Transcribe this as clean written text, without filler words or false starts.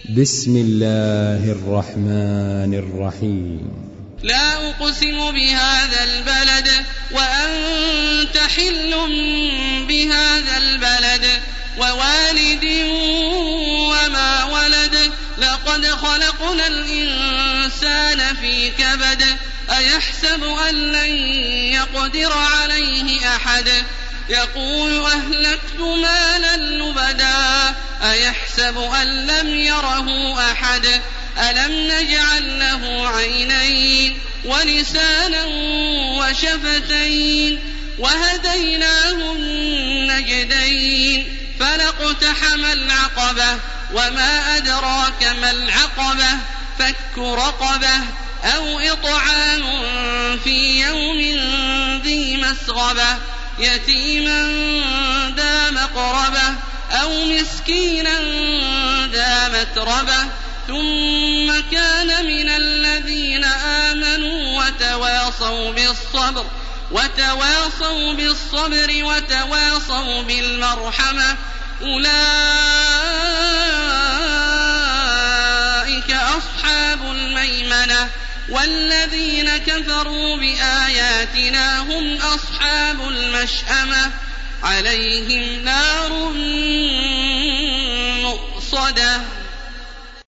بسم الله الرحمن الرحيم. لا أقسم بهذا البلد وأنت حل بهذا البلد ووالد وما ولد لقد خلقنا الإنسان في كبد أيحسب أن لن يقدر عليه أحد يقول أهلكت مالا لبدا أيحسب أن لم يره أحد ألم نجعل له عينين ولسانا وشفتين وهديناه النجدين فلاقتحم العقبة وما أدراك ما العقبة فك رقبة أو إطعام في يوم ذي مسغبة يتيما ذا مقربة أو مسكينا ذا متربة ثم كان من الذين آمنوا وتواصوا بالصبر وتواصوا بالمرحمة أولئك أصحاب الميمنة والذين كفروا بآياتنا هم أصحاب المشأمة عليهم نار مؤصدة.